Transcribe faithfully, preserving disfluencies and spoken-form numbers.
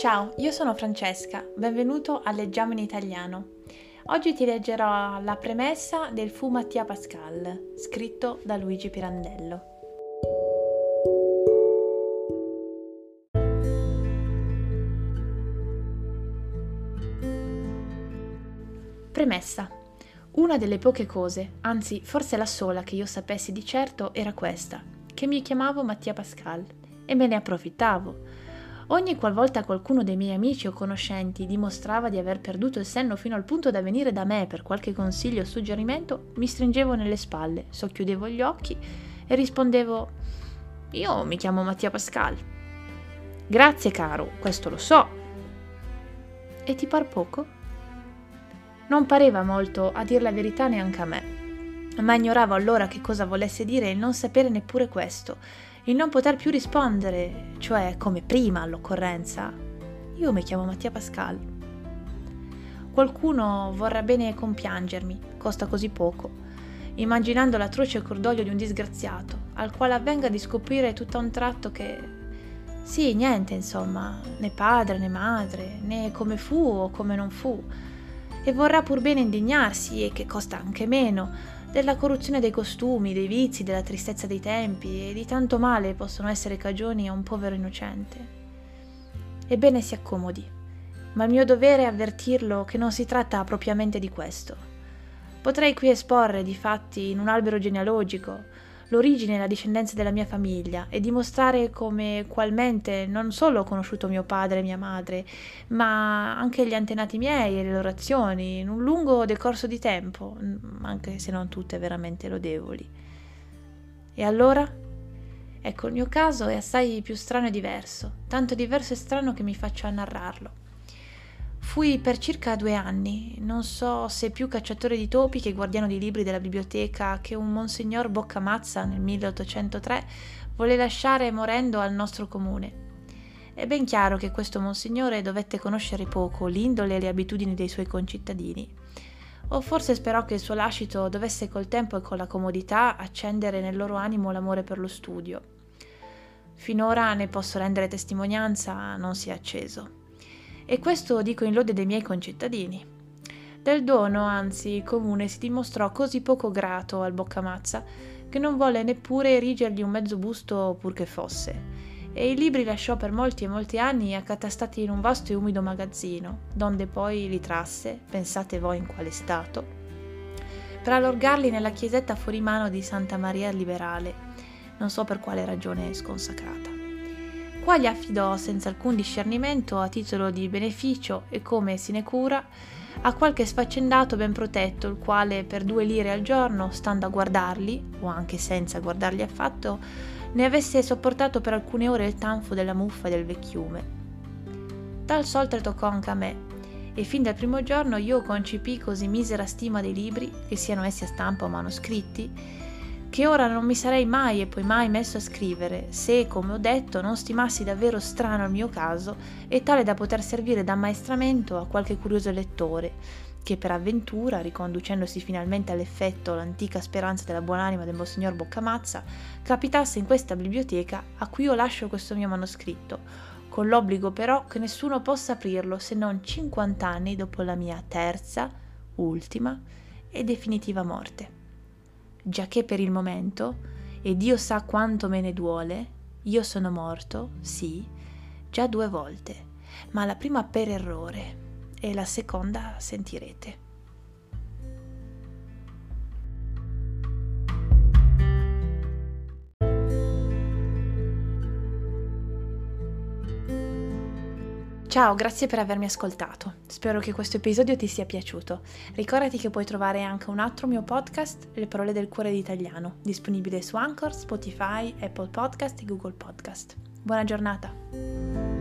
Ciao, io sono Francesca, benvenuto a Leggiamo in Italiano. Oggi ti leggerò la premessa del Fu Mattia Pascal, scritto da Luigi Pirandello. Premessa. Una delle poche cose, anzi forse la sola che io sapessi di certo era questa, che mi chiamavo Mattia Pascal e me ne approfittavo. Ogni qualvolta qualcuno dei miei amici o conoscenti dimostrava di aver perduto il senno fino al punto da venire da me per qualche consiglio o suggerimento, mi stringevo nelle spalle, socchiudevo gli occhi e rispondevo: io mi chiamo Mattia Pascal. Grazie caro, questo lo so. E ti par poco? Non pareva molto, a dir la verità, neanche a me, ma ignoravo allora che cosa volesse dire il non sapere neppure questo, il non poter più rispondere, cioè come prima all'occorrenza. Io mi chiamo Mattia Pascal. Qualcuno vorrà bene compiangermi, costa così poco, immaginando l'atroce cordoglio di un disgraziato, al quale avvenga di scoprire tutto a un tratto che... Sì, niente, insomma, né padre né madre, né come fu o come non fu, e vorrà pur bene indignarsi, e che costa anche meno, della corruzione dei costumi, dei vizi, della tristezza dei tempi e di tanto male possono essere cagioni a un povero innocente. Ebbene, si accomodi, ma il mio dovere è avvertirlo che non si tratta propriamente di questo. Potrei qui esporre, difatti, in un albero genealogico, l'origine e la discendenza della mia famiglia e dimostrare come qualmente non solo ho conosciuto mio padre e mia madre, ma anche gli antenati miei e le loro azioni in un lungo decorso di tempo, anche se non tutte veramente lodevoli. E allora? Ecco, il mio caso è assai più strano e diverso, tanto diverso e strano che mi faccio a narrarlo. Fui per circa due anni, non so se più cacciatore di topi che guardiano di libri della biblioteca che un monsignor Boccamazza nel milleottocentotre volle lasciare morendo al nostro comune. È ben chiaro che questo monsignore dovette conoscere poco l'indole e le abitudini dei suoi concittadini, o forse sperò che il suo lascito dovesse col tempo e con la comodità accendere nel loro animo l'amore per lo studio. Finora, ne posso rendere testimonianza, non si è acceso. E questo dico in lode dei miei concittadini. Del dono, anzi, il comune si dimostrò così poco grato al Boccamazza che non volle neppure erigergli un mezzo busto pur che fosse, e i libri lasciò per molti e molti anni accatastati in un vasto e umido magazzino, donde poi li trasse, pensate voi in quale stato, per allorgarli nella chiesetta fuori mano di Santa Maria Liberale, non so per quale ragione sconsacrata. Qua li affidò senza alcun discernimento a titolo di beneficio e come sinecura a qualche sfaccendato ben protetto, il quale per due lire al giorno, stando a guardarli, o anche senza guardarli affatto, ne avesse sopportato per alcune ore il tanfo della muffa e del vecchiume. Tal soltre toccò anche a me, e fin dal primo giorno io concepì così misera stima dei libri, che siano essi a stampa o manoscritti, che ora non mi sarei mai e poi mai messo a scrivere, se, come ho detto, non stimassi davvero strano il mio caso e tale da poter servire d'ammaestramento a qualche curioso lettore, che per avventura, riconducendosi finalmente all'effetto l'antica speranza della buonanima del Monsignor Boccamazza, capitasse in questa biblioteca a cui io lascio questo mio manoscritto, con l'obbligo però che nessuno possa aprirlo se non cinquant'anni dopo la mia terza, ultima e definitiva morte. Giacché per il momento, e Dio sa quanto me ne duole, io sono morto, sì, già due volte, ma la prima per errore e la seconda sentirete. Ciao, grazie per avermi ascoltato. Spero che questo episodio ti sia piaciuto. Ricordati che puoi trovare anche un altro mio podcast, Le parole del cuore d'italiano, disponibile su Anchor, Spotify, Apple Podcast e Google Podcast. Buona giornata!